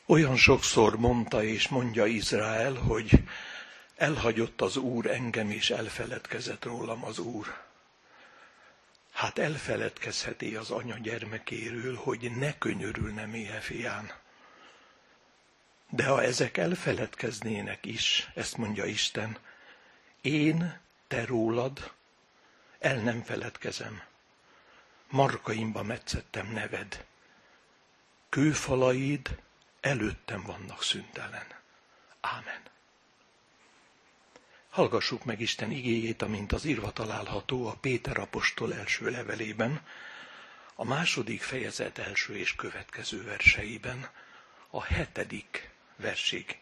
Olyan sokszor mondta és mondja Izrael, hogy elhagyott az Úr engem, és elfeledkezett rólam az Úr. Hát elfeledkezheti az anya gyermekéről, hogy ne könyörülne méhe fián. De ha ezek elfeledkeznének is, ezt mondja Isten, én, te rólad, el nem feledkezem. Markaimba metszettem neved. Kőfalaid előttem vannak szüntelen. Ámen. Hallgassuk meg Isten igéjét, amint az írva található a Péter apostol első levelében, a 2. fejezet első és következő verseiben, a 7. versig.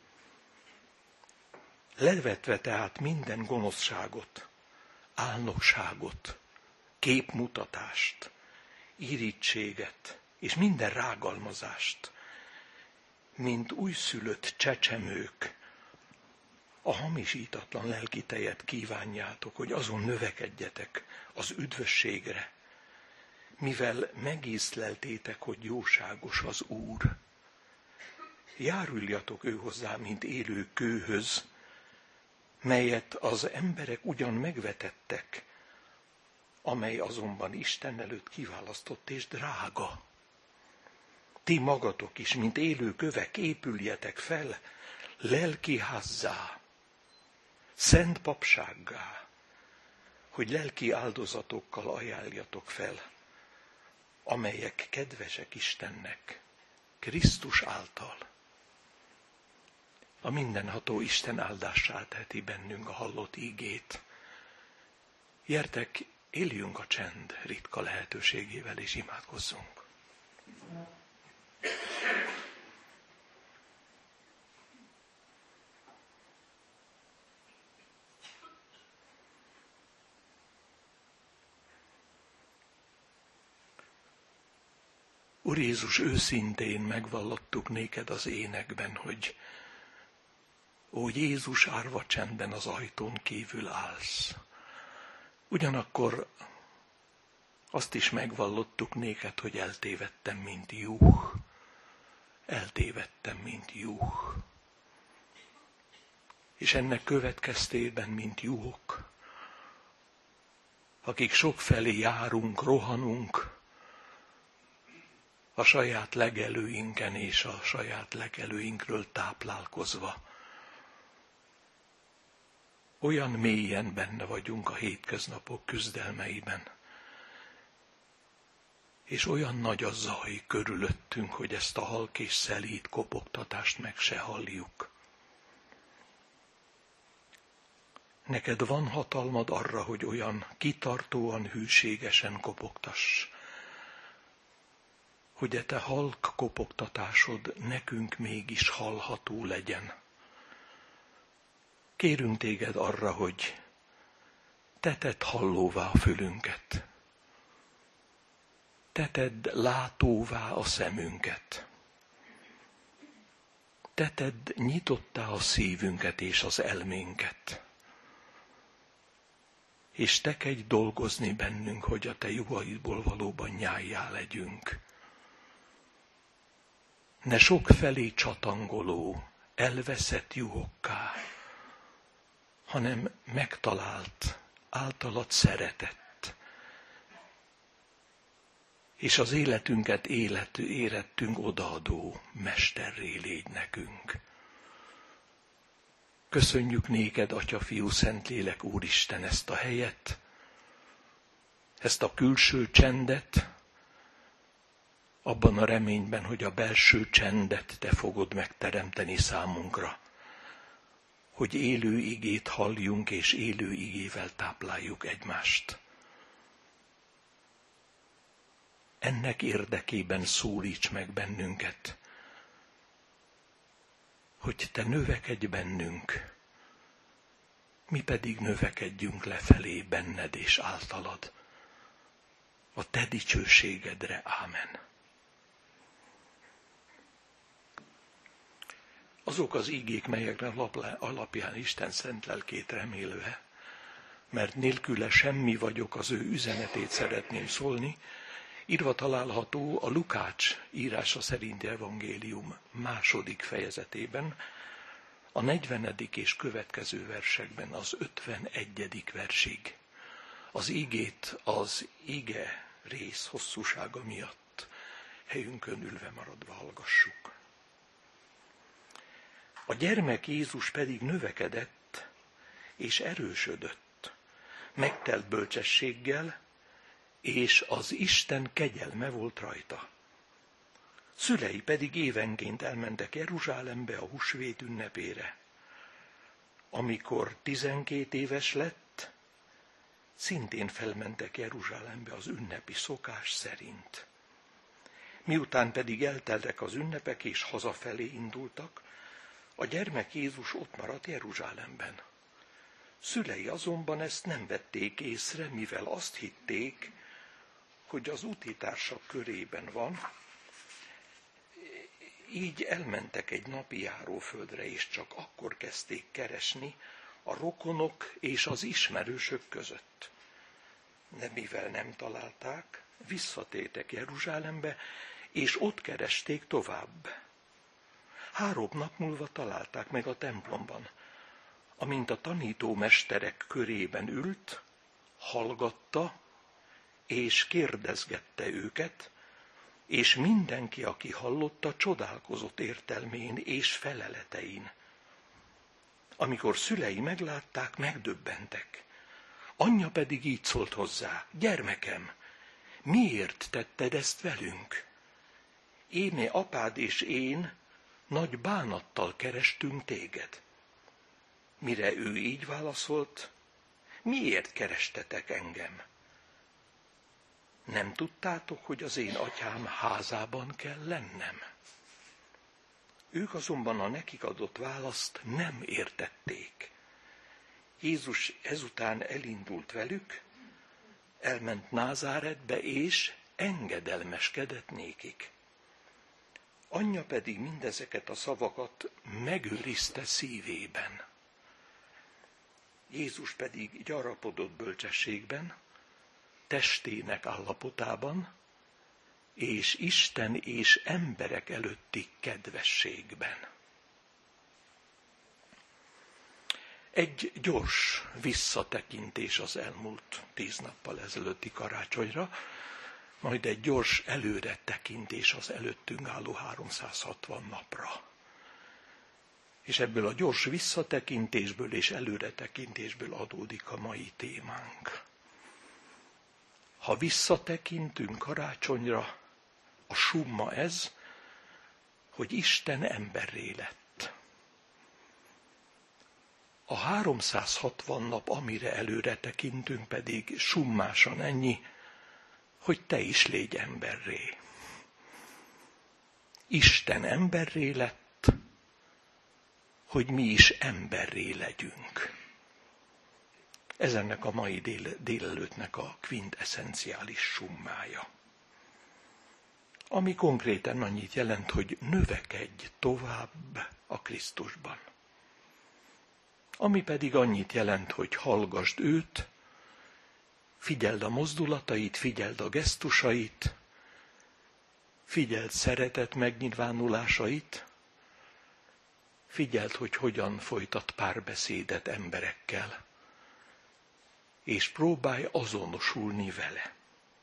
Levetve tehát minden gonoszságot, álnokságot, képmutatást, irítséget és minden rágalmazást, mint újszülött csecsemők, a hamisítatlan lelki tejet kívánjátok, hogy azon növekedjetek az üdvösségre, mivel megízleltétek, hogy jóságos az Úr. Járuljatok ő hozzá, mint élő kőhöz, melyet az emberek ugyan megvetettek, amely azonban Isten előtt kiválasztott és drága. Ti magatok is, mint élő kövek, épüljetek fel lelki házzá, szent papsággá, hogy lelki áldozatokkal ajánljatok fel, amelyek kedvesek Istennek, Krisztus által. A mindenható Isten áldássá teheti bennünk a hallott ígét. Gyertek, éljünk a csend ritka lehetőségével, és imádkozzunk. Úr Jézus, őszintén megvallottuk néked az énekben, hogy ó Jézus, árva csendben az ajtón kívül állsz. Ugyanakkor azt is megvallottuk néked, hogy eltévedtem, mint juh. Eltévedtem, mint juh. És ennek következtében, mint juhok, akik sokfelé járunk, rohanunk, a saját legelőinken és a saját legelőinkről táplálkozva. Olyan mélyen benne vagyunk a hétköznapok küzdelmeiben, és olyan nagy a zaj körülöttünk, hogy ezt a halk és szelíd kopogtatást meg se halljuk. Neked van hatalmad arra, hogy olyan kitartóan, hűségesen kopogtass, hogy e te halk kopogtatásod nekünk mégis hallható legyen. Kérünk téged arra, hogy te tedd hallóvá a fülünket, te tedd látóvá a szemünket, te tedd nyitottá a szívünket és az elménket, és tekedj dolgozni bennünk, hogy a te juhaidból valóban nyájjá legyünk. Ne sok felé csatangoló, elveszett juhokká, hanem megtalált, általad szeretett, és az életünket érettünk odaadó mesterré légy nekünk. Köszönjük néked, Atya, Fiú, Szentlélek, Úristen, ezt a helyet, ezt a külső csendet, abban a reményben, hogy a belső csendet te fogod megteremteni számunkra, hogy élő igét halljunk, és élő igével tápláljuk egymást. Ennek érdekében szólíts meg bennünket, hogy te növekedj bennünk, mi pedig növekedjünk lefelé benned és általad, a te dicsőségedre. Ámen. Azok az ígék, melyekre alapján Isten szent lelkét remélve, mert nélküle semmi vagyok, az ő üzenetét szeretném szólni, Írva található a Lukács írása szerinti evangélium 2. fejezetében, a 40. és következő versekben az 51. versig. Az igét az ige rész hosszúsága miatt helyünkön ülve maradva hallgassuk. A gyermek Jézus pedig növekedett és erősödött, megtelt bölcsességgel, és az Isten kegyelme volt rajta. Szülei pedig évenként elmentek Jeruzsálembe a húsvét ünnepére. Amikor 12 éves lett, szintén felmentek Jeruzsálembe az ünnepi szokás szerint. Miután pedig elteltek az ünnepek és hazafelé indultak, a gyermek Jézus ott maradt Jeruzsálemben. Szülei azonban ezt nem vették észre, mivel azt hitték, hogy az útitársak körében van, így elmentek egy napi járóföldre, és csak akkor kezdték keresni a rokonok és az ismerősök között. De mivel nem találták, visszatértek Jeruzsálembe, és ott keresték tovább. 3 nap múlva találták meg a templomban, amint a tanítómesterek körében ült, hallgatta és kérdezgette őket, és mindenki, aki hallotta, csodálkozott értelmén és feleletein. Amikor szülei meglátták, megdöbbentek. Anyja pedig így szólt hozzá: gyermekem, miért tetted ezt velünk? Éme apád és én nagy bánattal kerestünk téged. Mire ő így válaszolt: miért kerestetek engem? Nem tudtátok, hogy az én atyám házában kell lennem? Ők azonban a nekik adott választ nem értették. Jézus ezután elindult velük, elment Názáretbe, és engedelmeskedett nékik. Anyja pedig mindezeket a szavakat megőrizte szívében. Jézus pedig gyarapodott bölcsességben, testének állapotában, és Isten és emberek előtti kedvességben. Egy gyors visszatekintés az elmúlt 10 nappal ezelőtti karácsonyra, majd egy gyors előre tekintés az előttünk álló 360 napra. És ebből a gyors visszatekintésből és előretekintésből adódik a mai témánk. Ha visszatekintünk karácsonyra, a summa ez, hogy Isten emberré lett. A 360 nap, amire előre tekintünk, pedig summásan ennyi, hogy te is légy emberré. Isten emberré lett, hogy mi is emberré legyünk. Ez ennek a mai délelőttnek a quintesszenciális summája. Ami konkrétan annyit jelent, hogy növekedj tovább a Krisztusban. Ami pedig annyit jelent, hogy hallgasd őt, figyeld a mozdulatait, figyeld a gesztusait, figyeld szeretet megnyilvánulásait, figyeld, hogy hogyan folytat párbeszédet emberekkel, és próbálj azonosulni vele.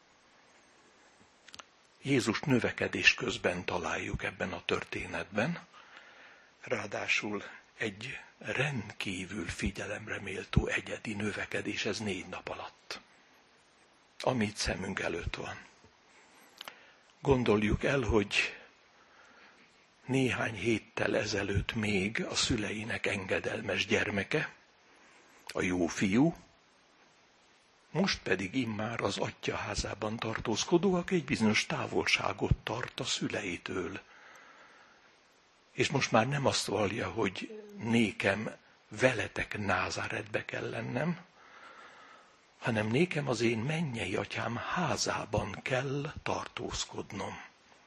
Jézus növekedés közben találjuk ebben a történetben, ráadásul egy rendkívül figyelemre méltó egyedi növekedés, ez 4 nap alatt, amit szemünk előtt van. Gondoljuk el, hogy néhány héttel ezelőtt még a szüleinek engedelmes gyermeke, a jó fiú, most pedig immár az Atya házában tartózkodó, aki egy bizonyos távolságot tart a szüleitől. És most már nem azt vallja, hogy nékem veletek Názáretbe kell lennem, hanem nékem az én mennyei atyám házában kell tartózkodnom.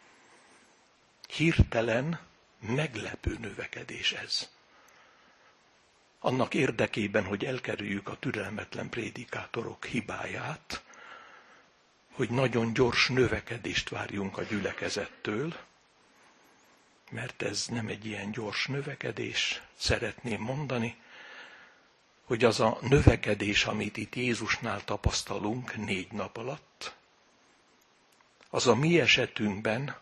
Hirtelen, meglepő növekedés ez. Annak érdekében, hogy elkerüljük a türelmetlen prédikátorok hibáját, hogy nagyon gyors növekedést várjunk a gyülekezettől, mert ez nem egy ilyen gyors növekedés, szeretném mondani, hogy az a növekedés, amit itt Jézusnál tapasztalunk 4 nap alatt, az a mi esetünkben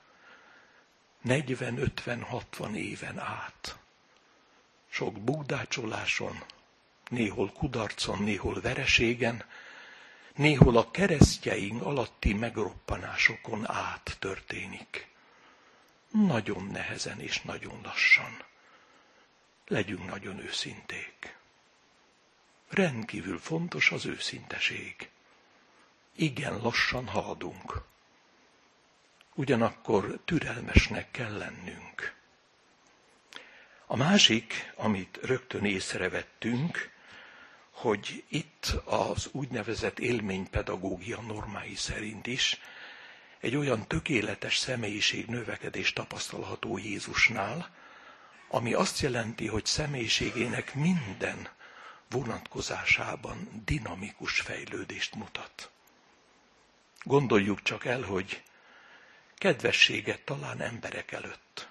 40-50-60 éven át. Sok bukdácsoláson, néhol kudarcon, néhol vereségen, néhol a keresztjeink alatti megroppanásokon át történik. Nagyon nehezen és nagyon lassan. Legyünk nagyon őszinték. Rendkívül fontos az őszinteség. Igen lassan haladunk. Ugyanakkor türelmesnek kell lennünk. A másik, amit rögtön észrevettünk, hogy itt az úgynevezett élménypedagógia normái szerint is egy olyan tökéletes személyiség növekedés tapasztalható Jézusnál, ami azt jelenti, hogy személyiségének minden vonatkozásában dinamikus fejlődést mutat. Gondoljuk csak el, hogy kedvességet talán emberek előtt.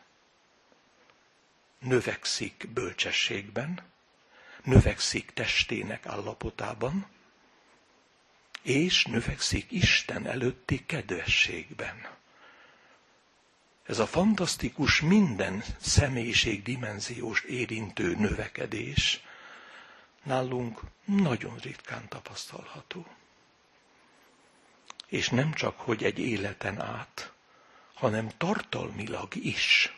Növekszik bölcsességben, növekszik testének állapotában, és növekszik Isten előtti kedvességben. Ez a fantasztikus, minden személyiség dimenziós érintő növekedés nálunk nagyon ritkán tapasztalható. És nem csak, hogy egy életen át, hanem tartalmilag is.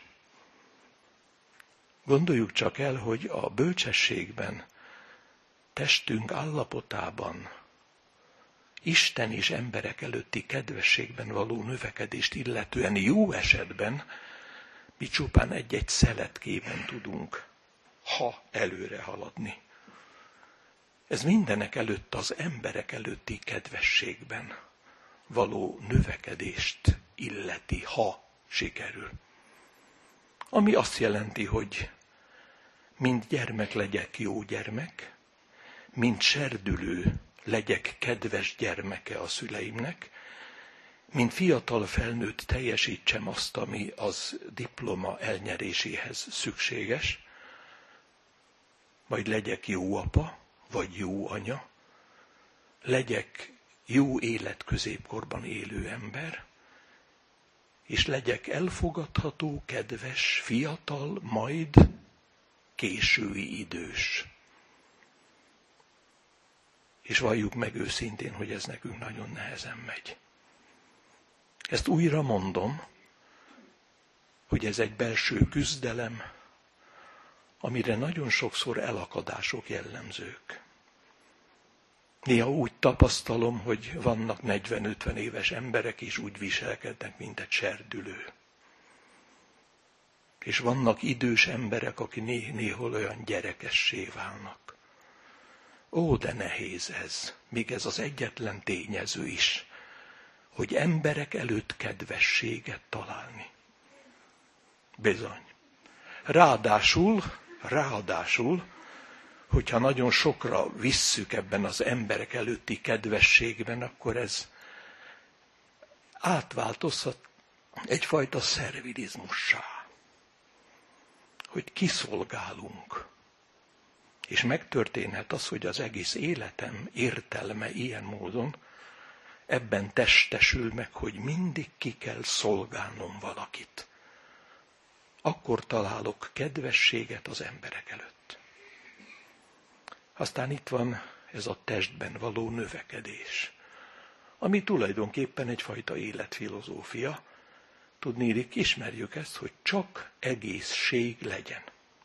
Gondoljuk csak el, hogy a bölcsességben, testünk állapotában, Isten és emberek előtti kedvességben való növekedést illetően jó esetben mi csupán egy-egy szeletkében tudunk, ha előre haladni. Ez mindenek előtt az emberek előtti kedvességben való növekedést illeti, ha sikerül. Ami azt jelenti, hogy mint gyermek legyek jó gyermek, mint serdülő legyek kedves gyermeke a szüleimnek, mint fiatal felnőtt teljesítsem azt, ami az diploma elnyeréséhez szükséges, majd legyek jó apa, vagy jó anya, legyek jó életközépkorban élő ember, és legyek elfogadható, kedves, fiatal, majd késői idős. És valljuk meg őszintén, hogy ez nekünk nagyon nehezen megy. Ezt újra mondom, hogy ez egy belső küzdelem, amire nagyon sokszor elakadások jellemzők. Néha úgy tapasztalom, hogy vannak 40-50 éves emberek, és úgy viselkednek, mint egy serdülő. És vannak idős emberek, akik néhol olyan gyerekessé válnak. Ó, de nehéz ez, még ez az egyetlen tényező is, hogy emberek előtt kedvességet találni. Bizony. Ráadásul, hogyha nagyon sokra visszük ebben az emberek előtti kedvességben, akkor ez átváltozhat egyfajta szervilizmussá, hogy kiszolgálunk. És megtörténhet az, hogy az egész életem értelme ilyen módon ebben testesül meg, hogy mindig ki kell szolgálnom valakit. Akkor találok kedvességet az emberek előtt. Aztán itt van ez a testben való növekedés, ami tulajdonképpen egyfajta életfilozófia. Tudniillik, ismerjük ezt, hogy csak egészség legyen,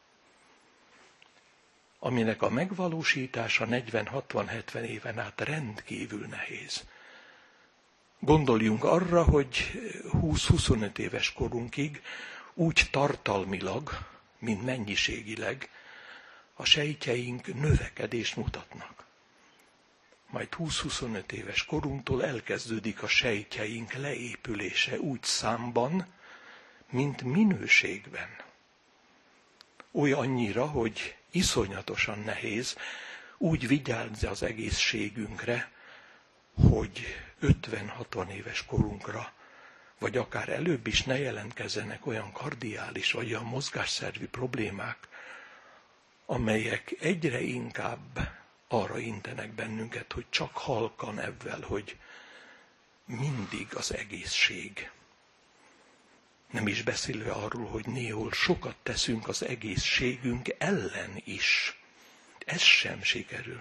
aminek a megvalósítása 40-60-70 éven át rendkívül nehéz. Gondoljunk arra, hogy 20-25 éves korunkig úgy tartalmilag, mint mennyiségileg a sejtjeink növekedést mutatnak. Majd 20-25 éves korunktól elkezdődik a sejtjeink leépülése úgy számban, mint minőségben. Olyannyira, hogy iszonyatosan nehéz úgy vigyázni az egészségünkre, hogy 50-60 éves korunkra, vagy akár előbb is ne jelentkezzenek olyan kardiális vagy olyan mozgásszervi problémák, amelyek egyre inkább arra intenek bennünket, hogy csak halkan ebben, hogy mindig az egészség. Nem is beszélve arról, hogy néhol sokat teszünk az egészségünk ellen is. Ez sem sikerül.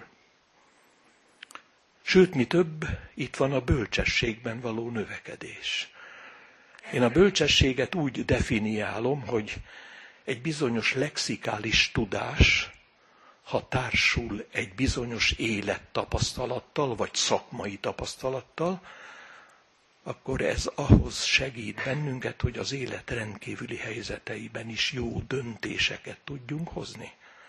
Sőt, mi több, itt van a bölcsességben való növekedés. Én a bölcsességet úgy definiálom, hogy egy bizonyos lexikális tudás, ha társul egy bizonyos élettapasztalattal, vagy szakmai tapasztalattal, akkor ez ahhoz segít bennünket, hogy az élet rendkívüli helyzeteiben is jó döntéseket tudjunk hozni.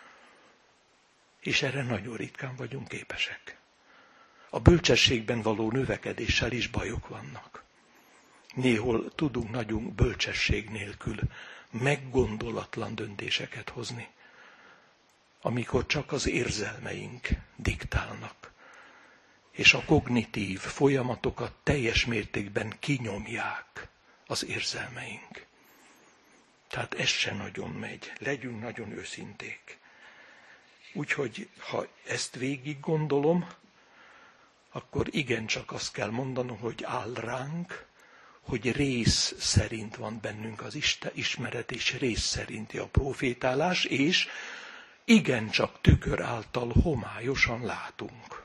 És erre nagyon ritkán vagyunk képesek. A bölcsességben való növekedéssel is bajok vannak. Néhol tudunk nagyon bölcsesség nélkül meggondolatlan döntéseket hozni, amikor csak az érzelmeink diktálnak, és a kognitív folyamatokat teljes mértékben kinyomják az érzelmeink. Tehát ez se nagyon megy, legyünk nagyon őszinték. Úgyhogy, ha ezt végig gondolom, akkor igencsak azt kell mondanom, hogy áll ránk, hogy rész szerint van bennünk az Isten ismeret, és rész szerinti a profétálás, és igencsak tükör által homályosan látunk.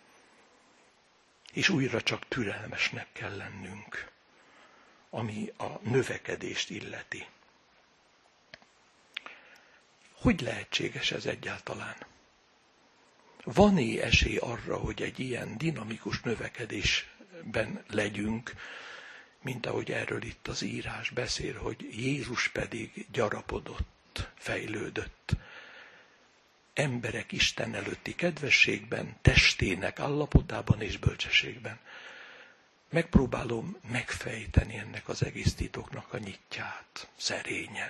És újra csak türelmesnek kell lennünk, ami a növekedést illeti. Hogy lehetséges ez egyáltalán? Van-e esély arra, hogy egy ilyen dinamikus növekedésben legyünk, mint ahogy erről itt az írás beszél, hogy Jézus pedig gyarapodott, fejlődött. Emberek Isten előtti kedvességben, testének állapotában és bölcsességben. Megpróbálom megfejteni ennek az egész titoknak a nyitját, szerényen.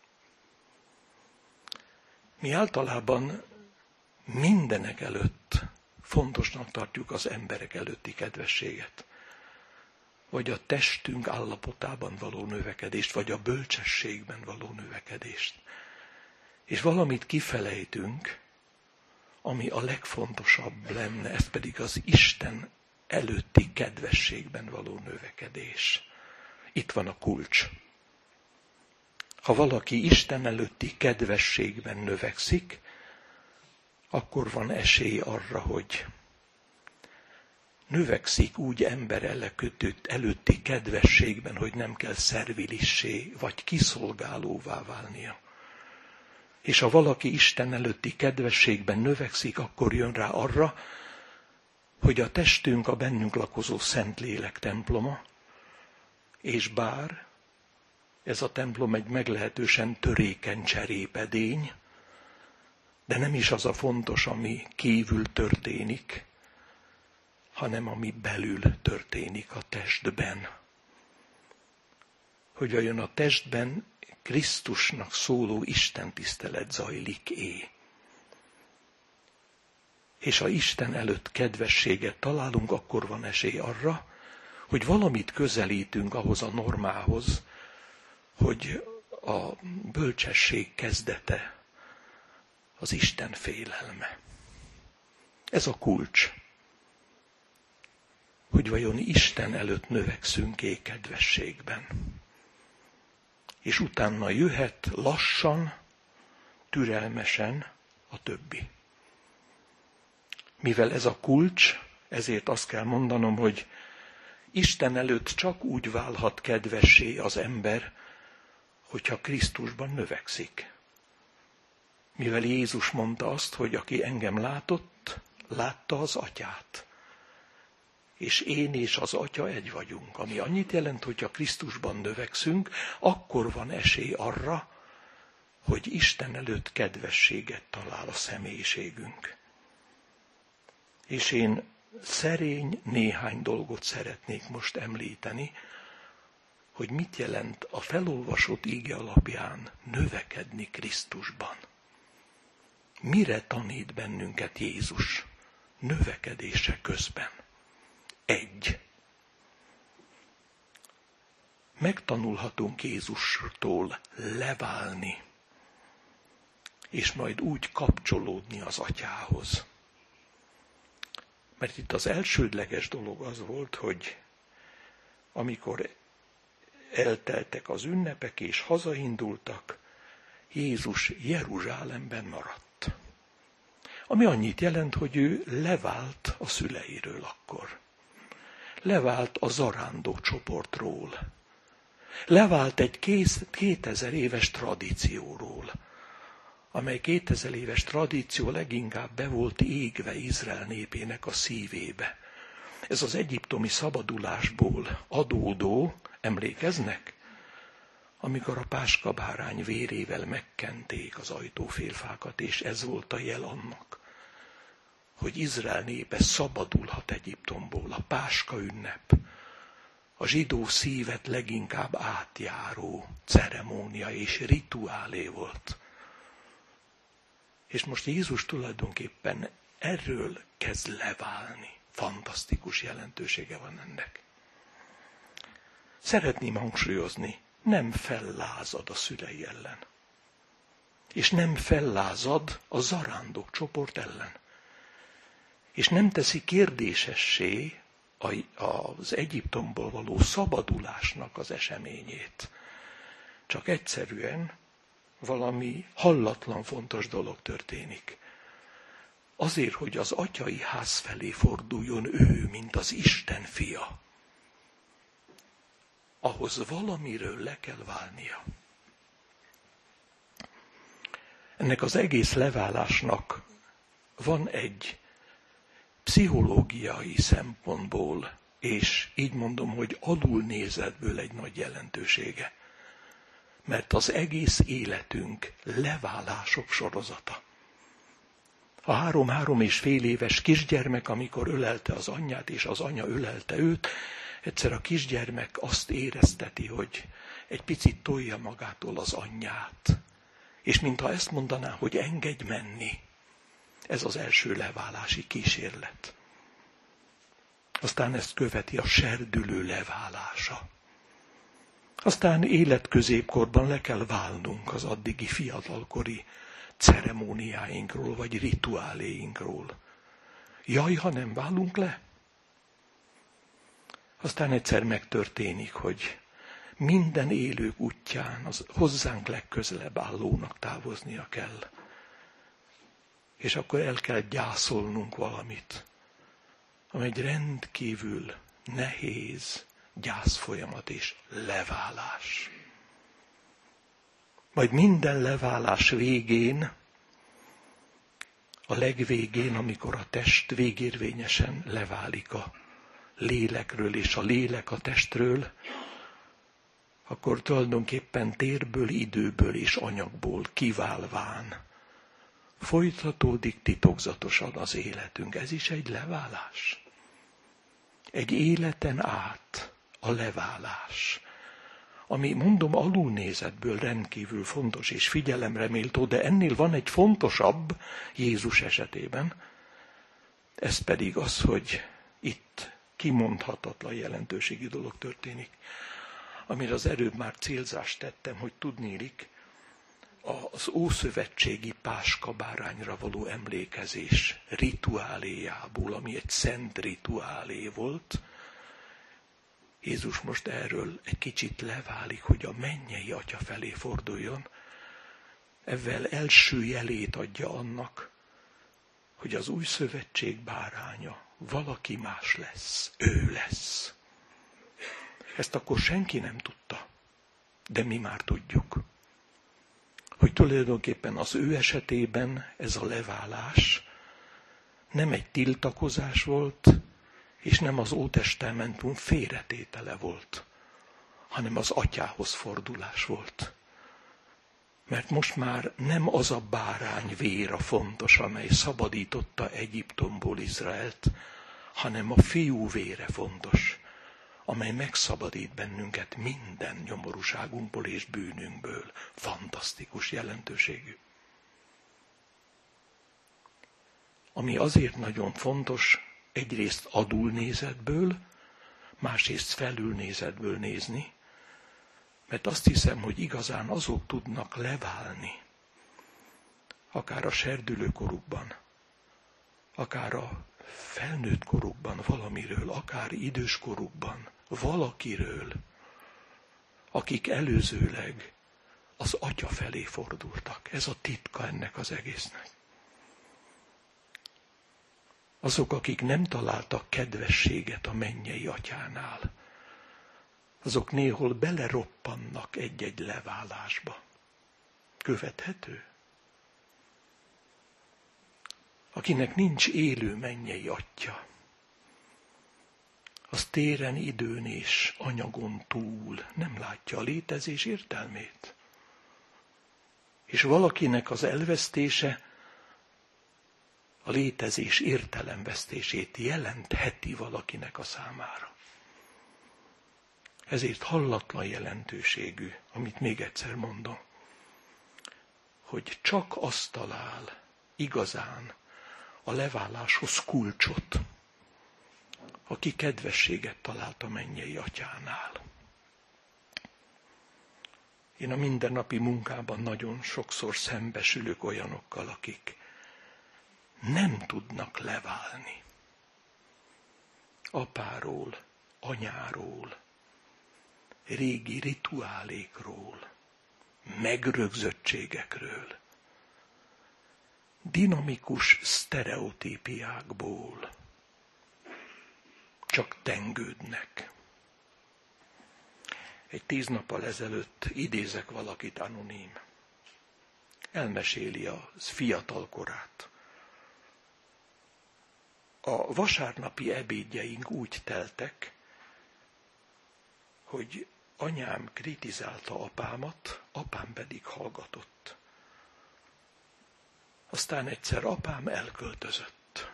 Mi általában mindenek előtt fontosnak tartjuk az emberek előtti kedvességet, vagy a testünk állapotában való növekedést, vagy a bölcsességben való növekedést. És valamit kifelejtünk, ami a legfontosabb lenne, ez pedig az Isten előtti kedvességben való növekedés. Itt van a kulcs. Ha valaki Isten előtti kedvességben növekszik, akkor van esély arra, hogy növekszik úgy ember előtti kedvességben, hogy nem kell szervilissé vagy kiszolgálóvá válnia. És ha valaki Isten előtti kedvességben növekszik, akkor jön rá arra, hogy a testünk a bennünk lakozó Szentlélek temploma, és bár ez a templom egy meglehetősen törékeny cserépedény, de nem is az a fontos, ami kívül történik, hanem ami belül történik a testben. Hogy vajon a testben Krisztusnak szóló istentisztelet zajlik-é. És ha Isten előtt kedvességet találunk, akkor van esély arra, hogy valamit közelítünk ahhoz a normához, hogy a bölcsesség kezdete az Isten félelme. Ez a kulcs. Hogy vajon Isten előtt növekszünk-e kedvességben. És utána jöhet lassan, türelmesen a többi. Mivel ez a kulcs, ezért azt kell mondanom, hogy Isten előtt csak úgy válhat kedvessé az ember, hogyha Krisztusban növekszik. Mivel Jézus mondta azt, hogy aki engem látott, látta az Atyát. És én és az Atya egy vagyunk, ami annyit jelent, hogy ha Krisztusban növekszünk, akkor van esély arra, hogy Isten előtt kedvességet talál a személyiségünk. És én szerény néhány dolgot szeretnék most említeni, hogy mit jelent a felolvasott íge alapján növekedni Krisztusban. Mire tanít bennünket Jézus növekedése közben? egy. Megtanulhatunk Jézustól leválni, és majd úgy kapcsolódni az Atyához. Mert itt az elsődleges dolog az volt, hogy amikor elteltek az ünnepek és hazaindultak, Jézus Jeruzsálemben maradt. Ami annyit jelent, hogy ő levált a szüleiről akkor. Levált a zarándok csoportról. Levált egy 2000 éves tradícióról, amely 2000 éves tradíció leginkább be volt égve Izrael népének a szívébe. Ez az egyiptomi szabadulásból adódó, emlékeznek? Amikor a páskabárány vérével megkenték az ajtófélfákat, és ez volt a jel annak, hogy Izrael népe szabadulhat Egyiptomból, a páska ünnep, a zsidó szívet leginkább átjáró ceremónia és rituálé volt. És most Jézus tulajdonképpen erről kezd leválni. Fantasztikus jelentősége van ennek. Szeretném hangsúlyozni, nem fellázad a szülei ellen. És nem fellázad a zarándok csoport ellen. És nem teszi kérdésessé az Egyiptomból való szabadulásnak az eseményét. Csak egyszerűen valami hallatlan fontos dolog történik. Azért, hogy az atyai ház felé forduljon ő, mint az Isten fia, ahhoz valamiről le kell válnia. Ennek az egész leválásnak van egy pszichológiai szempontból, és így mondom, hogy alulnézetből egy nagy jelentősége. Mert az egész életünk leválások sorozata. A 3,5 éves kisgyermek, amikor ölelte az anyját, és az anya ölelte őt, egyszer a kisgyermek azt érezteti, hogy egy picit tolja magától az anyját. És mintha ezt mondaná, hogy engedj menni. Ez az első leválási kísérlet. Aztán ezt követi a serdülő leválása. Aztán életközépkorban le kell válnunk az addigi fiatalkori ceremóniáinkról, vagy rituáléinkról. Jaj, ha nem válunk le? Aztán egyszer megtörténik, hogy minden élők útján az hozzánk legközelebb állónak távoznia kell. És akkor el kell gyászolnunk valamit, ami egy rendkívül nehéz gyászfolyamat és leválás. Majd minden leválás végén, a legvégén, amikor a test végérvényesen leválik a lélekről, és a lélek a testről, akkor tulajdonképpen térből, időből és anyagból kiválván folytatódik titokzatosan az életünk. Ez is egy leválás. Egy életen át a leválás, ami, mondom, alulnézetből rendkívül fontos és figyelemre méltó, de ennél van egy fontosabb Jézus esetében, ez pedig az, hogy itt kimondhatatlan jelentőségi dolog történik, amire az előbb már célzást tettem, hogy tudnélik, az ószövetségi páskabárányra való emlékezés rituáléjából, ami egy szent rituálé volt, Jézus most erről egy kicsit leválik, hogy a mennyei Atya felé forduljon, ezzel első jelét adja annak, hogy az új szövetség báránya valaki más lesz, ő lesz. Ezt akkor senki nem tudta, de mi már tudjuk. Hogy tulajdonképpen az ő esetében ez a leválás nem egy tiltakozás volt, és nem az Ótestamentum félretétele volt, hanem az Atyához fordulás volt. Mert most már nem az a bárány vér a fontos, amely szabadította Egyiptomból Izraelt, hanem a fiú vére fontos, amely megszabadít bennünket minden nyomorúságunkból és bűnünkből. Fantasztikus jelentőségű. Ami azért nagyon fontos, egyrészt alulnézetből, másrészt felülnézetből nézni, mert azt hiszem, hogy igazán azok tudnak leválni, akár a serdülőkorukban, akár a felnőtt korukban valamiről, akár időskorukban valakiről, akik előzőleg az Atya felé fordultak. Ez a titka ennek az egésznek. Azok, akik nem találtak kedvességet a mennyei Atyánál, azok néhol beleroppannak egy-egy leválásba. Követhető? Akinek nincs élő mennyei Atya, az téren, időn és anyagon túl nem látja a létezés értelmét. És valakinek az elvesztése a létezés értelemvesztését jelentheti valakinek a számára. Ezért hallatlan jelentőségű, amit még egyszer mondom, hogy csak azt talál igazán a leváláshoz kulcsot, aki kedvességet talált a mennyei Atyánál. Én a mindennapi munkában nagyon sokszor szembesülök olyanokkal, akik nem tudnak leválni apáról, anyáról, régi rituálékról, megrögzöttségekről, dinamikus sztereotípiákból. Csak tengődnek. Egy 10 nappal ezelőtt idézek valakit anonim. Elmeséli a fiatal korát. A vasárnapi ebédjeink úgy teltek, hogy anyám kritizálta apámat, apám pedig hallgatott. Aztán egyszer apám elköltözött.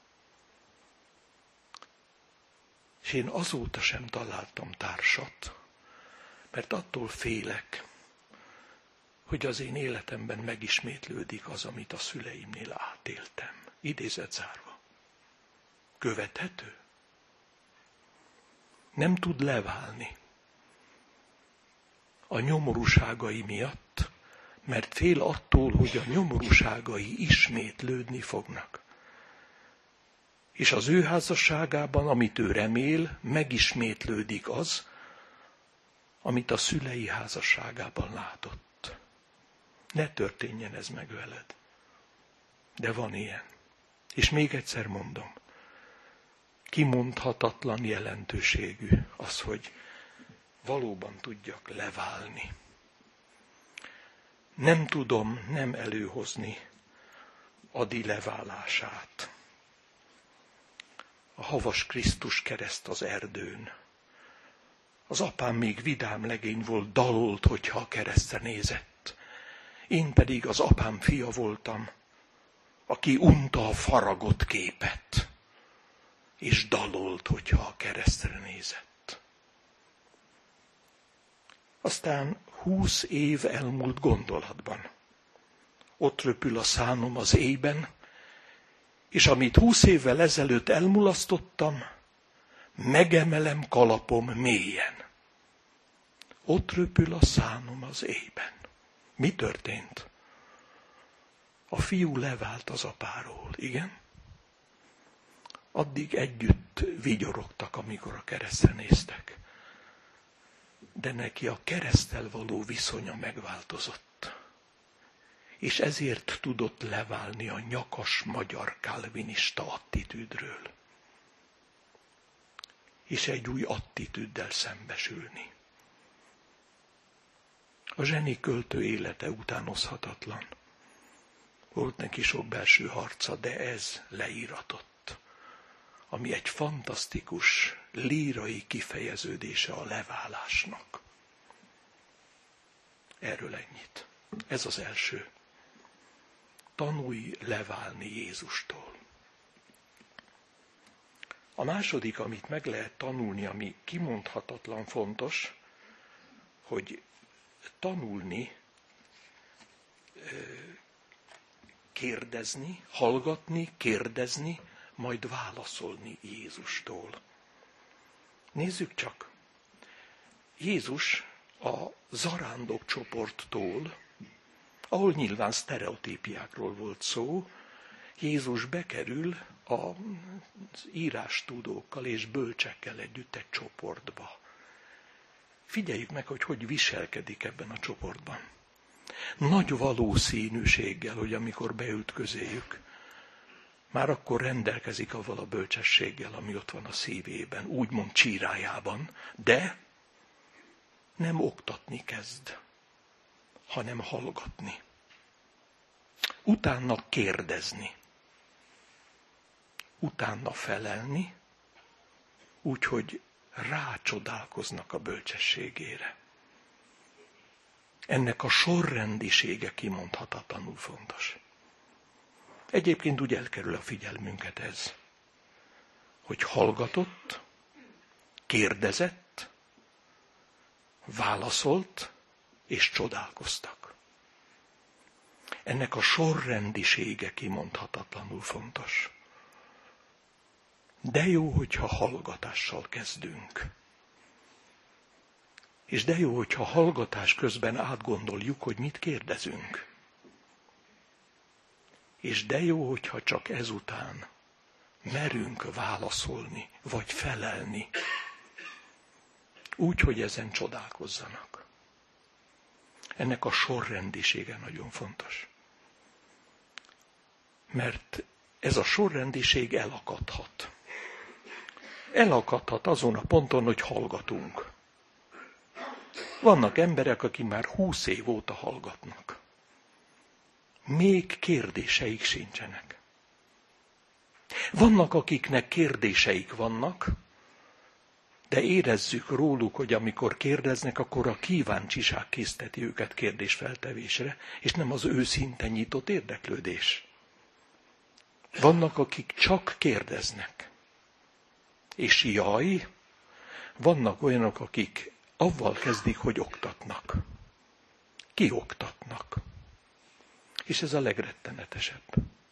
És én azóta sem találtam társat, mert attól félek, hogy az én életemben megismétlődik az, amit a szüleimnél átéltem. Idézet zárva. Követhető? Nem tud leválni a nyomorúságai miatt, mert fél attól, hogy a nyomorúságai ismétlődni fognak. És az ő házasságában, amit ő remél, megismétlődik az, amit a szülei házasságában látott. Ne történjen ez meg veled. De van ilyen. És még egyszer mondom, kimondhatatlan jelentőségű az, hogy valóban tudjak leválni. Nem tudom nem előhozni Adi leválását. A havas Krisztus kereszt az erdőn. Az apám még vidám legény volt, dalolt, hogyha a keresztre nézett. Én pedig az apám fia voltam, aki unta a faragott képet, és dalolt, hogyha a keresztre nézett. Aztán 20 év elmúlt gondolatban. Ott röpül a szánom az éjben, és amit 20 évvel ezelőtt elmulasztottam, megemelem kalapom mélyen. Ott röpül a szánom az éjben. Mi történt? A fiú levált az apáról, igen? Addig együtt vigyorogtak, amikor a keresztre néztek. De neki a kereszttel való viszonya megváltozott. És ezért tudott leválni a nyakas magyar kálvinista attitűdről. És egy új attitűddel szembesülni. A zseni költő élete utánozhatatlan. Volt neki sok belső harca, de ez leíratott, ami egy fantasztikus, lírai kifejeződése a leválásnak. Erről ennyit. Ez az első. Tanulj leválni Jézustól. A második, amit meg lehet tanulni, ami kimondhatatlan fontos, hogy tanulni, kérdezni, hallgatni, kérdezni, majd válaszolni Jézustól. Nézzük csak. Jézus a zarándok csoporttól, ahol nyilván sztereotípiákról volt szó, Jézus bekerül az írástudókkal és bölcsekkel együtt egy csoportba. Figyeljük meg, hogy viselkedik ebben a csoportban. Nagy valószínűséggel, hogy amikor beült közéjük, már akkor rendelkezik avval a bölcsességgel, ami ott van a szívében, úgymond csírájában, de nem oktatni kezd, hanem hallgatni. Utána kérdezni. Utána felelni, úgyhogy rácsodálkoznak a bölcsességére. Ennek a sorrendisége kimondhatatlanul fontos. Egyébként úgy elkerül a figyelmünket ez, hogy hallgatott, kérdezett, válaszolt és csodálkoztak. Ennek a sorrendisége kimondhatatlanul fontos. De jó, hogyha hallgatással kezdünk. És de jó, hogyha hallgatás közben átgondoljuk, hogy mit kérdezünk. És de jó, hogyha csak ezután merünk válaszolni, vagy felelni. Úgy, hogy ezen csodálkozzanak. Ennek a sorrendisége nagyon fontos. Mert ez a sorrendiség elakadhat. Elakadhat azon a ponton, hogy hallgatunk. Vannak emberek, akik már 20 év óta hallgatnak. Még kérdéseik sincsenek. Vannak, akiknek kérdéseik vannak, de érezzük róluk, hogy amikor kérdeznek, akkor a kíváncsiság készteti őket kérdésfeltevésre, és nem az őszinte nyitott érdeklődés. Vannak, akik csak kérdeznek. És jaj, vannak olyanok, akik avval kezdik, hogy oktatnak. Kioktatnak. És ez a legrettenetesebb.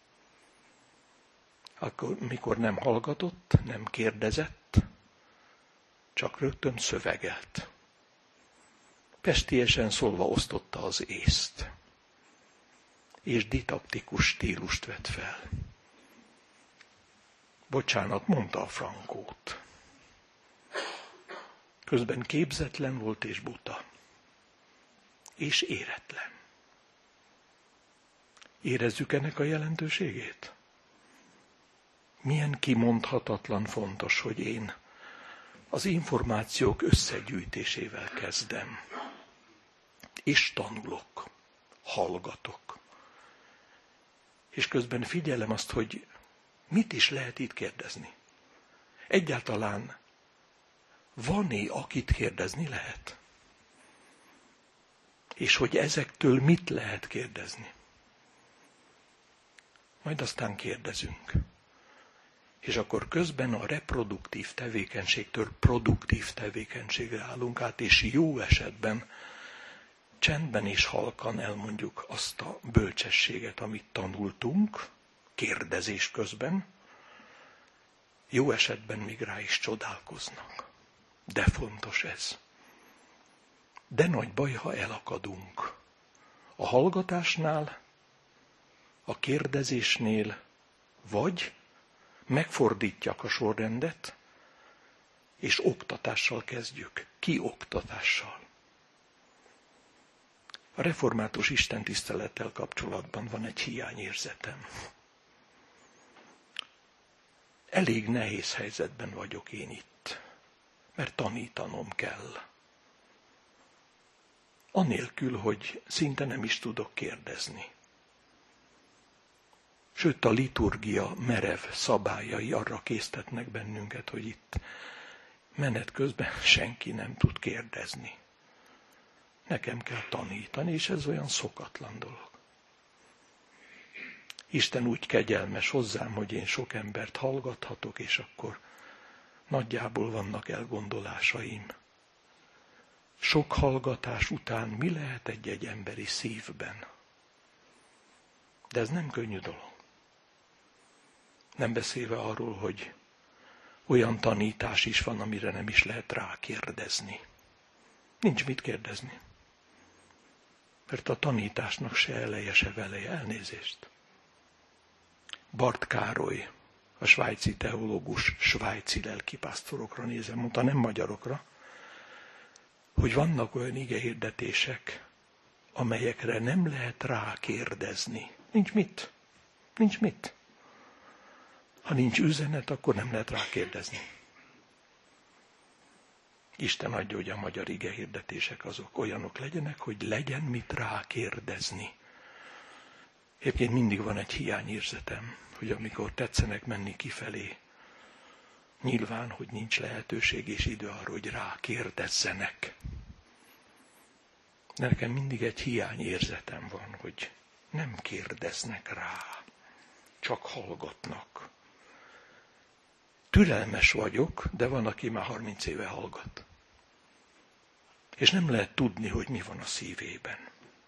Akkor, mikor nem hallgatott, nem kérdezett, csak rögtön szövegelt. Pestiesen szólva osztotta az észt. És didaktikus stílust vett fel. Bocsánat, mondta a frankót. Közben képzetlen volt és buta. És éretlen. Érezzük ennek a jelentőségét? Milyen kimondhatatlan fontos, hogy én az információk összegyűjtésével kezdem. És tanulok, hallgatok. És közben figyelem azt, hogy mit is lehet itt kérdezni. Egyáltalán van-e, akit kérdezni lehet? És hogy ezektől mit lehet kérdezni? Majd aztán kérdezünk. És akkor közben a reproduktív tevékenységtől produktív tevékenységre állunk át, és jó esetben csendben és halkan elmondjuk azt a bölcsességet, amit tanultunk, kérdezés közben, jó esetben még rá is csodálkoznak. De fontos ez. De nagy baj, ha elakadunk. A hallgatásnál, a kérdezésnél, vagy megfordítják a sorrendet, és oktatással kezdjük. Kioktatással. A református istentisztelettel kapcsolatban van egy hiányérzetem. Elég nehéz helyzetben vagyok én itt, mert tanítanom kell. Anélkül, hogy szinte nem is tudok kérdezni. Sőt, a liturgia merev szabályai arra késztetnek bennünket, hogy itt menet közben senki nem tud kérdezni. Nekem kell tanítani, és ez olyan szokatlan dolog. Isten úgy kegyelmes hozzám, hogy én sok embert hallgathatok, és akkor nagyjából vannak elgondolásaim. Sok hallgatás után mi lehet egy emberi szívben? De ez nem könnyű dolog. Nem beszélve arról, hogy olyan tanítás is van, amire nem is lehet rákérdezni. Nincs mit kérdezni. Mert a tanításnak se eleje, se veleje. Elnézést. Bart Károly, a svájci teológus, svájci lelkipásztorokra nézve, mondta, nem magyarokra, hogy vannak olyan igehirdetések, amelyekre nem lehet rákérdezni. Nincs mit. Nincs mit. Ha nincs üzenet, akkor nem lehet rákérdezni. Isten adja, hogy a magyar igehirdetések azok olyanok legyenek, hogy legyen mit rákérdezni. Egyébként mindig van egy hiányérzetem, hogy amikor tetszenek menni kifelé, nyilván, hogy nincs lehetőség és idő arra, hogy rákérdezzenek. Nekem mindig egy hiányérzetem van, hogy nem kérdeznek rá, csak hallgatnak. Türelmes vagyok, de van, aki már 30 éve hallgat. És nem lehet tudni, hogy mi van a szívében.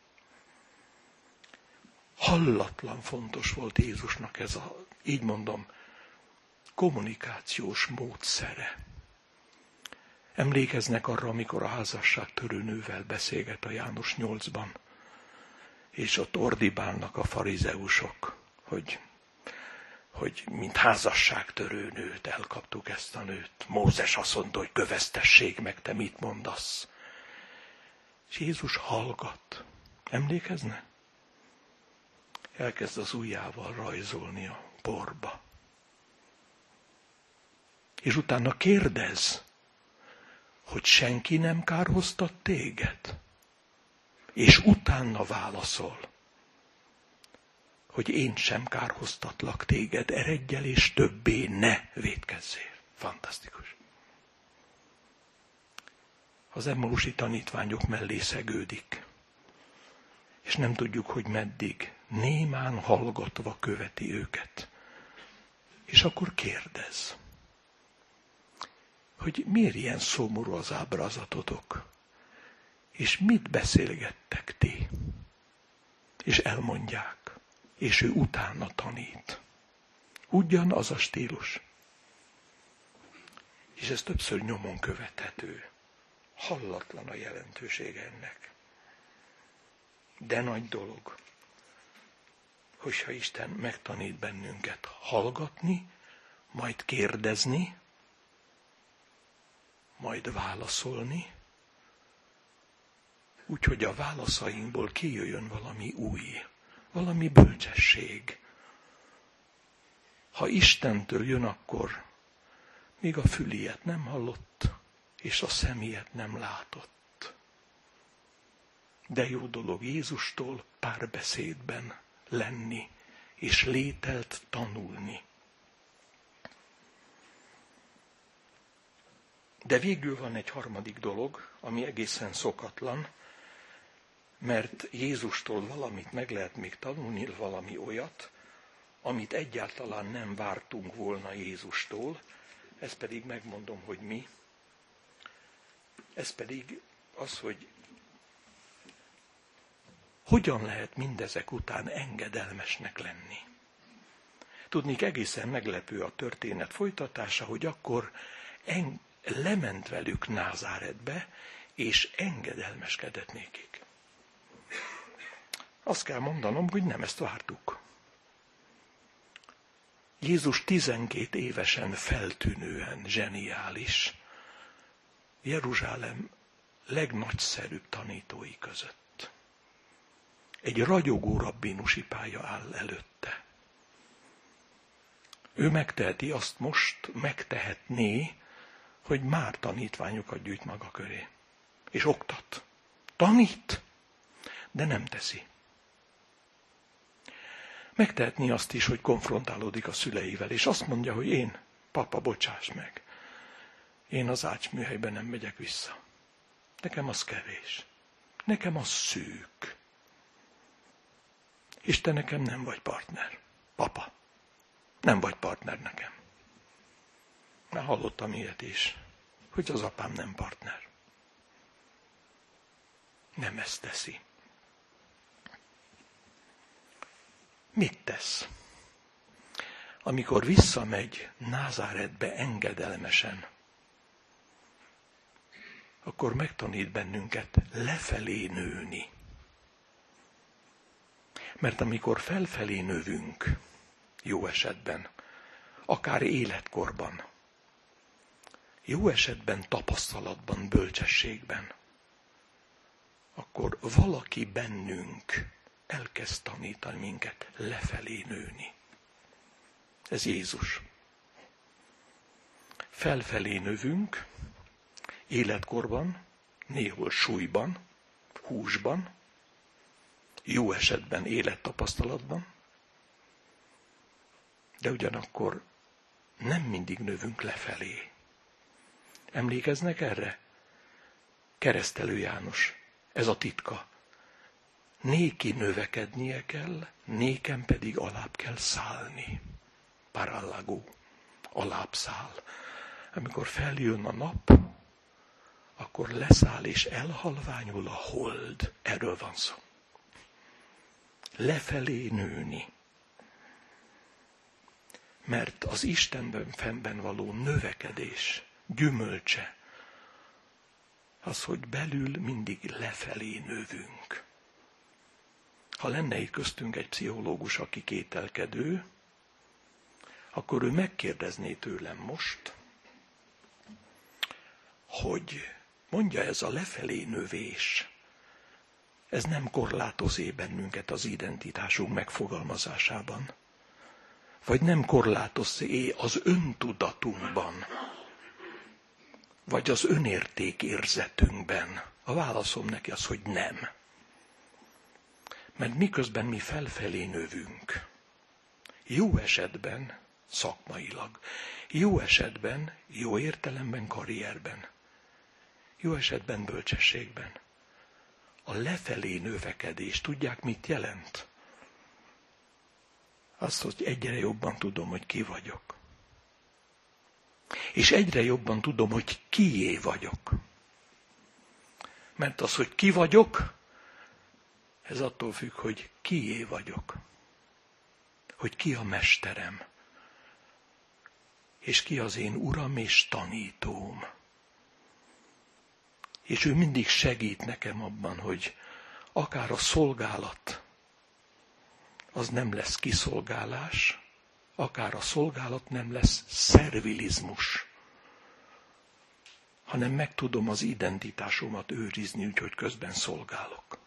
Hallatlan fontos volt Jézusnak ez a, így mondom, kommunikációs módszere. Emlékeznek arra, amikor a házasságtörő nővel beszélget a János 8-ban, és ott ordibálnak a farizeusok, hogy mint házasságtörő nőt elkaptuk ezt a nőt. Mózes azt mondta, hogy köveztessék meg, te mit mondasz? És Jézus hallgat. Emlékezne? Elkezd az ujjával rajzolni a porba. És utána kérdez, hogy senki nem kárhoztat téged. És utána válaszol, hogy én sem kárhoztatlak téged, eredj el és többé ne vétkezzél. Fantasztikus. Az emmausi tanítványok mellé szegődik, és nem tudjuk, hogy meddig, némán hallgatva követi őket. És akkor kérdez, hogy miért ilyen szomorú az ábrázatotok, és mit beszélgettek ti? És elmondják, és ő utána tanít. Ugyanaz a stílus. És ez többször nyomon követhető. Hallatlan a jelentősége ennek. De nagy dolog, hogyha Isten megtanít bennünket hallgatni, majd kérdezni, majd válaszolni, úgyhogy a válaszainkból kijöjjön valami új, valami bölcsesség. Ha Istentől jön, akkor még a füliet nem hallott, és a személyet nem látott. De jó dolog Jézustól párbeszédben lenni, és lételt tanulni. De végül van egy harmadik dolog, ami egészen szokatlan, mert Jézustól valamit meg lehet még tanulni, valami olyat, amit egyáltalán nem vártunk volna Jézustól, ez pedig megmondom, hogy mi. Ez pedig az, hogy hogyan lehet mindezek után engedelmesnek lenni. Tudnék, egészen meglepő a történet folytatása, hogy akkor lement velük Názáretbe, és engedelmeskedett nékik. Azt kell mondanom, hogy nem ezt vártuk. Jézus 12 évesen feltűnően zseniális, Jeruzsálem legnagyszerűbb tanítói között. Egy ragyogó rabbinusi pálya áll előtte. Ő megteheti azt most, megtehetné, hogy már tanítványokat gyűjt maga köré. És oktat. Tanít, de nem teszi. Megtehetné azt is, hogy konfrontálódik a szüleivel, és azt mondja, hogy én, papa, bocsáss meg. Én az ácsműhelyben nem megyek vissza. Nekem az kevés. Nekem az szűk. És te nekem nem vagy partner. Papa, nem vagy partner nekem. Már hallottam ilyet is, hogy az apám nem partner. Nem ezt teszi. Mit tesz? amikor visszamegy Názáretbe engedelmesen, akkor megtanít bennünket lefelé nőni. Mert amikor felfelé növünk, jó esetben, akár életkorban, jó esetben tapasztalatban, bölcsességben, akkor valaki bennünk elkezd tanítani minket lefelé nőni. Ez Jézus. Felfelé növünk, életkorban, néhol súlyban, húsban, jó esetben élettapasztalatban, de ugyanakkor nem mindig növünk lefelé. Emlékeznek erre? Keresztelő János, ez a titka. Néki növekednie kell, nékem pedig alább kell szállni. Parállagó, alább száll. Amikor feljön a nap, akkor leszáll és elhalványul a hold. Erről van szó. Lefelé nőni. Mert az Istenben fennben való növekedés, gyümölcse, az, hogy belül mindig lefelé növünk. Ha lenne itt köztünk egy pszichológus, aki kételkedő, akkor ő megkérdezné tőlem most, hogy mondja, ez a lefelé növés, ez nem korlátoz-e bennünket az identitásunk megfogalmazásában? Vagy nem korlátoz-e az öntudatunkban? Vagy az önértékérzetünkben? A válaszom neki az, hogy nem. Mert miközben mi felfelé növünk, jó esetben szakmailag, jó esetben, jó értelemben, karrierben, jó esetben bölcsességben, a lefelé növekedés, tudják, mit jelent? Azt, hogy egyre jobban tudom, hogy ki vagyok. És egyre jobban tudom, hogy kié vagyok. Mert az, hogy ki vagyok, ez attól függ, hogy kié vagyok. Hogy ki a mesterem. És ki az én uram és tanítóm. És ő mindig segít nekem abban, hogy akár a szolgálat, az nem lesz kiszolgálás, akár a szolgálat nem lesz szervilizmus, hanem meg tudom az identitásomat őrizni, úgyhogy közben szolgálok.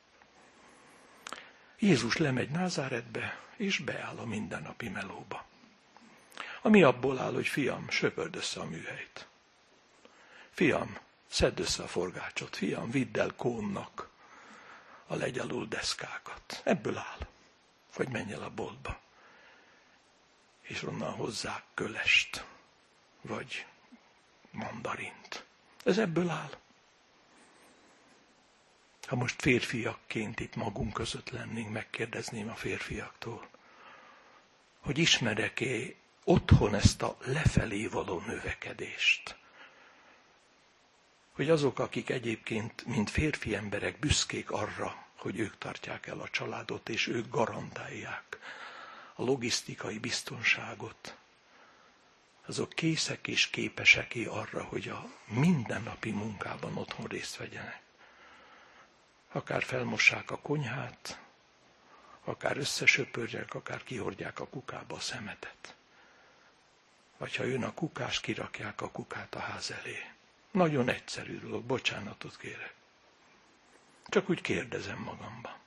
Jézus lemegy Názáretbe, és beáll a mindennapi melóba. Ami abból áll, hogy fiam, söpörd össze a műhelyt. Fiam, szedd össze a forgácsot. Fiam, vidd el Kónnak a legy alul deszkákat. Ebből áll. Vagy menj el a boltba. És onnan hozzák kölest. Vagy mandarint. Ez ebből áll. Ha most férfiakként itt magunk között lennénk, megkérdezném a férfiaktól, hogy ismerek-e otthon ezt a lefelé való növekedést. Hogy azok, akik egyébként, mint férfi emberek büszkék arra, hogy ők tartják el a családot, és ők garantálják a logisztikai biztonságot, azok készek és képesek arra, hogy a mindennapi munkában otthon részt vegyenek. Akár felmossák a konyhát, akár összesöpörják, akár kihordják a kukába a szemetet. Vagy ha jön a kukás, kirakják a kukát a ház elé. Nagyon egyszerű dolog, bocsánatot kérek. Csak úgy kérdezem magamba.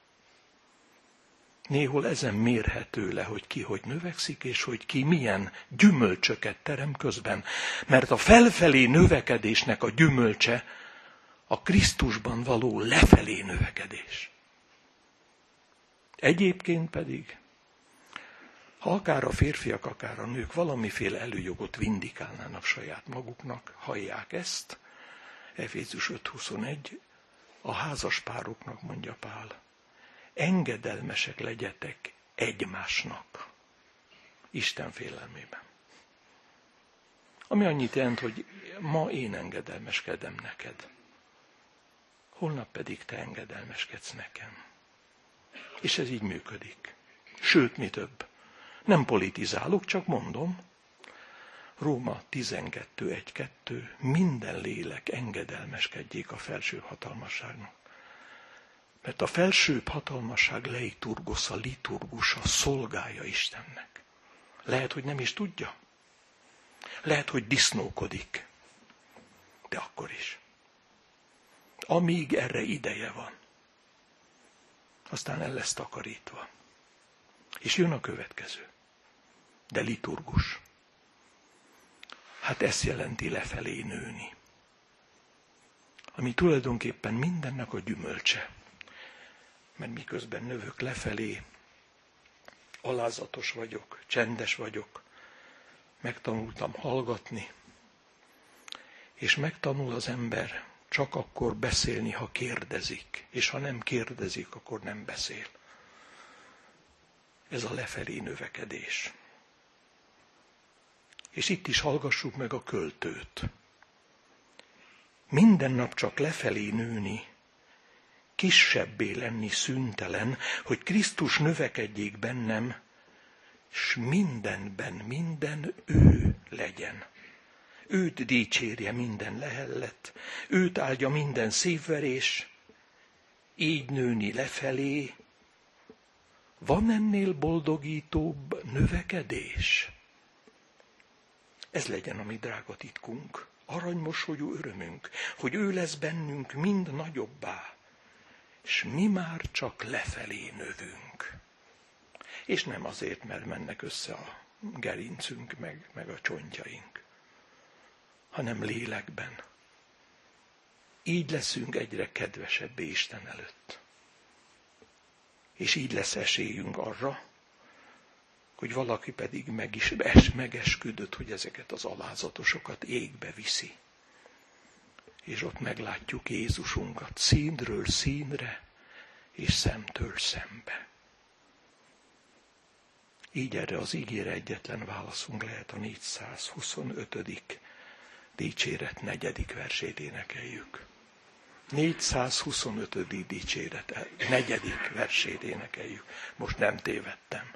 Néhol ezen mérhető le, hogy ki hogy növekszik, és hogy ki milyen gyümölcsöket terem közben. Mert a felfelé növekedésnek a gyümölcse a Krisztusban való lefelé növekedés. Egyébként pedig, ha akár a férfiak, akár a nők valamiféle előjogot vindikálnának saját maguknak, hallják ezt, Efézus 5.21, a házaspároknak mondja Pál, engedelmesek legyetek egymásnak, Isten félelmében. Ami annyit jelent, hogy ma én engedelmeskedem neked, holnap pedig te engedelmeskedsz nekem. És ez így működik. Sőt, mi több. Nem politizálok, csak mondom. Róma 12.1.2. Minden lélek engedelmeskedjék a felsőbb hatalmasságnak. Mert a felsőbb hatalmasság leiturgosza, liturgusa, szolgálja Istennek. Lehet, hogy nem is tudja. Lehet, hogy disznókodik. De akkor is. Amíg erre ideje van. Aztán el lesz takarítva. És jön a következő. De liturgus. Hát ezt jelenti lefelé nőni. Ami tulajdonképpen mindennek a gyümölcse. Mert miközben növök lefelé, alázatos vagyok, csendes vagyok, megtanultam hallgatni, és megtanul az ember csak akkor beszélni, ha kérdezik, és ha nem kérdezik, akkor nem beszél. Ez a lefelé növekedés. És itt is hallgassuk meg a költőt. Minden nap csak lefelé nőni, kisebbé lenni szüntelen, hogy Krisztus növekedjék bennem, s mindenben minden ő legyen. Őt dicsérje minden lehellet, őt áldja minden szívverés, így nőni lefelé. Van ennél boldogítóbb növekedés? Ez legyen a mi drága titkunk, aranymosolyú örömünk, hogy ő lesz bennünk mind nagyobbá, és mi már csak lefelé növünk. És nem azért, mert mennek össze a gerincünk, meg a csontjaink, hanem lélekben. Így leszünk egyre kedvesebbé Isten előtt. És így lesz esélyünk arra, hogy valaki pedig megesküdött, hogy ezeket az alázatosokat égbe viszi. És ott meglátjuk Jézusunkat színről színre, és szemtől szembe. Így erre az ígére egyetlen válaszunk lehet, a 425. dicséret 4. versét énekeljük. 425. dicséret 4. versét énekeljük. Most nem tévedtem.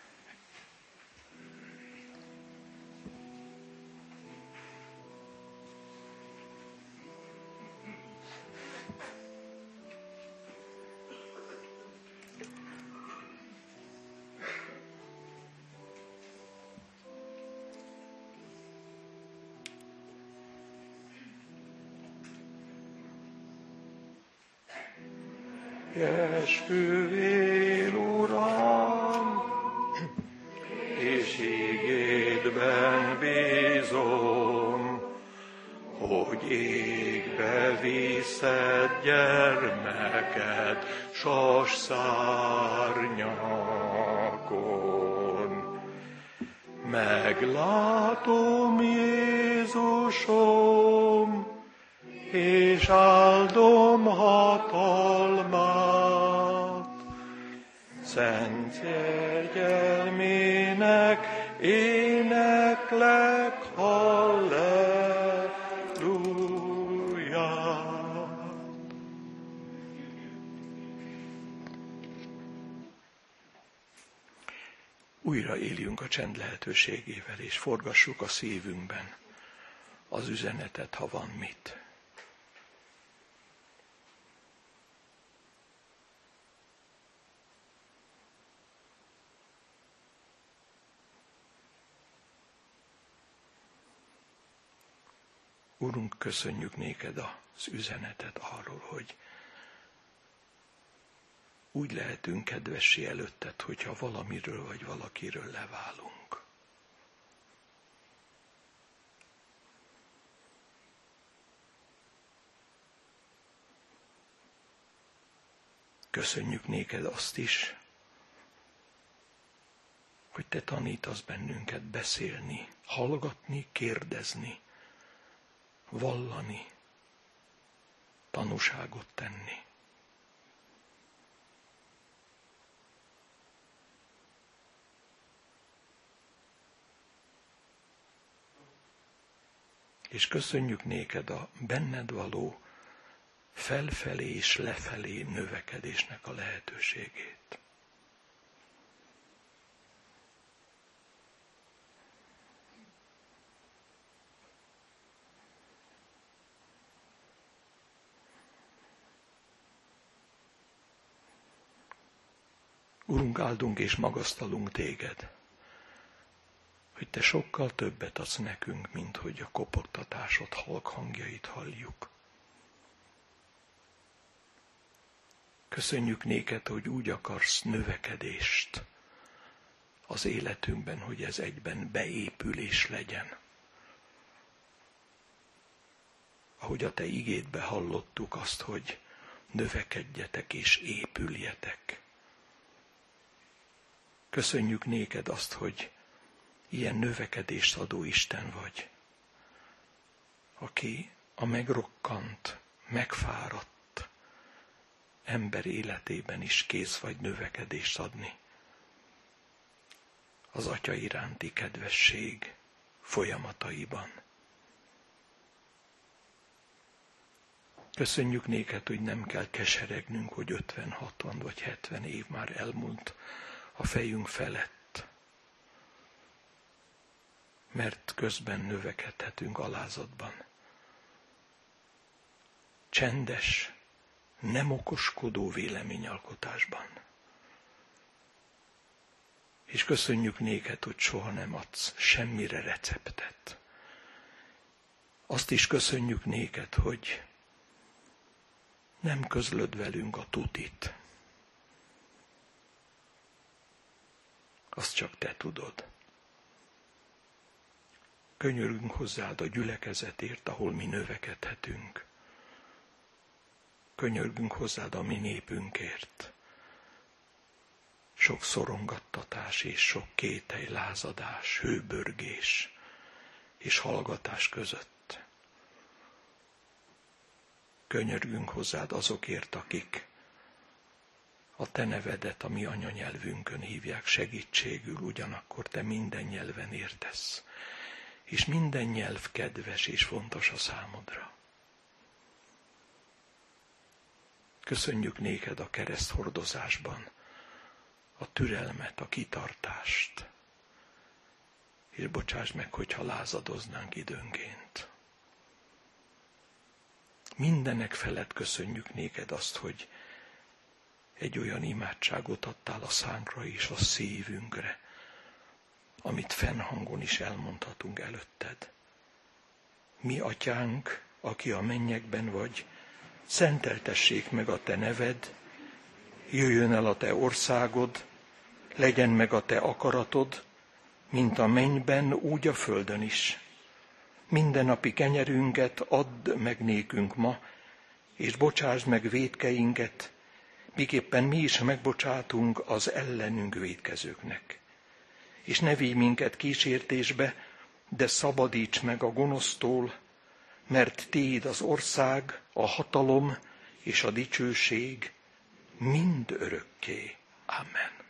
Esküvél, Uram, és ígédben bízom, hogy égbe viszed gyermeked sas szárnyakon. Meglátom Jézusom, és áldom hatalmát, szent gyergyelmének éneklek halleluját. Újra éljünk a csend lehetőségével, és forgassuk a szívünkben az üzenetet, ha van mit. Úrunk, köszönjük néked az üzenetet arról, hogy úgy lehetünk kedvessé előtted, hogyha valamiről vagy valakiről leválunk. Köszönjük néked azt is, hogy te tanítasz bennünket beszélni, hallgatni, kérdezni, vallani, tanúságot tenni. És köszönjük néked a benned való felfelé és lefelé növekedésnek a lehetőségét. Urunk, áldunk és magasztalunk téged, hogy te sokkal többet adsz nekünk, mint hogy a kopogtatásod halk hangjait halljuk. Köszönjük néked, hogy úgy akarsz növekedést az életünkben, hogy ez egyben beépülés legyen. Ahogy a te igédbe hallottuk azt, hogy növekedjetek és épüljetek. Köszönjük néked azt, hogy ilyen növekedést adó Isten vagy, aki a megrokkant, megfáradt ember életében is kész vagy növekedést adni. Az Atya iránti kedvesség folyamataiban. Köszönjük néked, hogy nem kell keseregnünk, hogy 50, 60 vagy 70 év már elmúlt a fejünk felett, mert közben növekedhetünk alázatban. Csendes, nem okoskodó véleményalkotásban. És köszönjük néked, hogy soha nem adsz semmire receptet. Azt is köszönjük néked, hogy nem közlöd velünk a tutit. Azt csak te tudod. Könyörgünk hozzád a gyülekezetért, ahol mi növekedhetünk. Könyörgünk hozzád a mi népünkért. Sok szorongattatás és sok kételj, lázadás, hőbörgés és hallgatás között. Könyörgünk hozzád azokért, akik a te nevedet a mi anyanyelvünkön hívják segítségül, ugyanakkor te minden nyelven értesz, és minden nyelv kedves és fontos a számodra. Köszönjük néked a kereszthordozásban a türelmet, a kitartást, és bocsáss meg, hogyha lázadoznánk időnként. Mindenek felett köszönjük néked azt, hogy egy olyan imádságot adtál a szánkra és a szívünkre, amit fennhangon is elmondhatunk előtted. Mi atyánk, aki a mennyekben vagy, szenteltessék meg a te neved, jöjjön el a te országod, legyen meg a te akaratod, mint a mennyben, úgy a földön is. Mindennapi kenyerünket add meg nékünk ma, és bocsásd meg vétkeinket, miképpen mi is megbocsátunk az ellenünk vétkezőknek. És ne vigy minket kísértésbe, de szabadíts meg a gonosztól, mert tiéd az ország, a hatalom és a dicsőség mind örökké. Amen.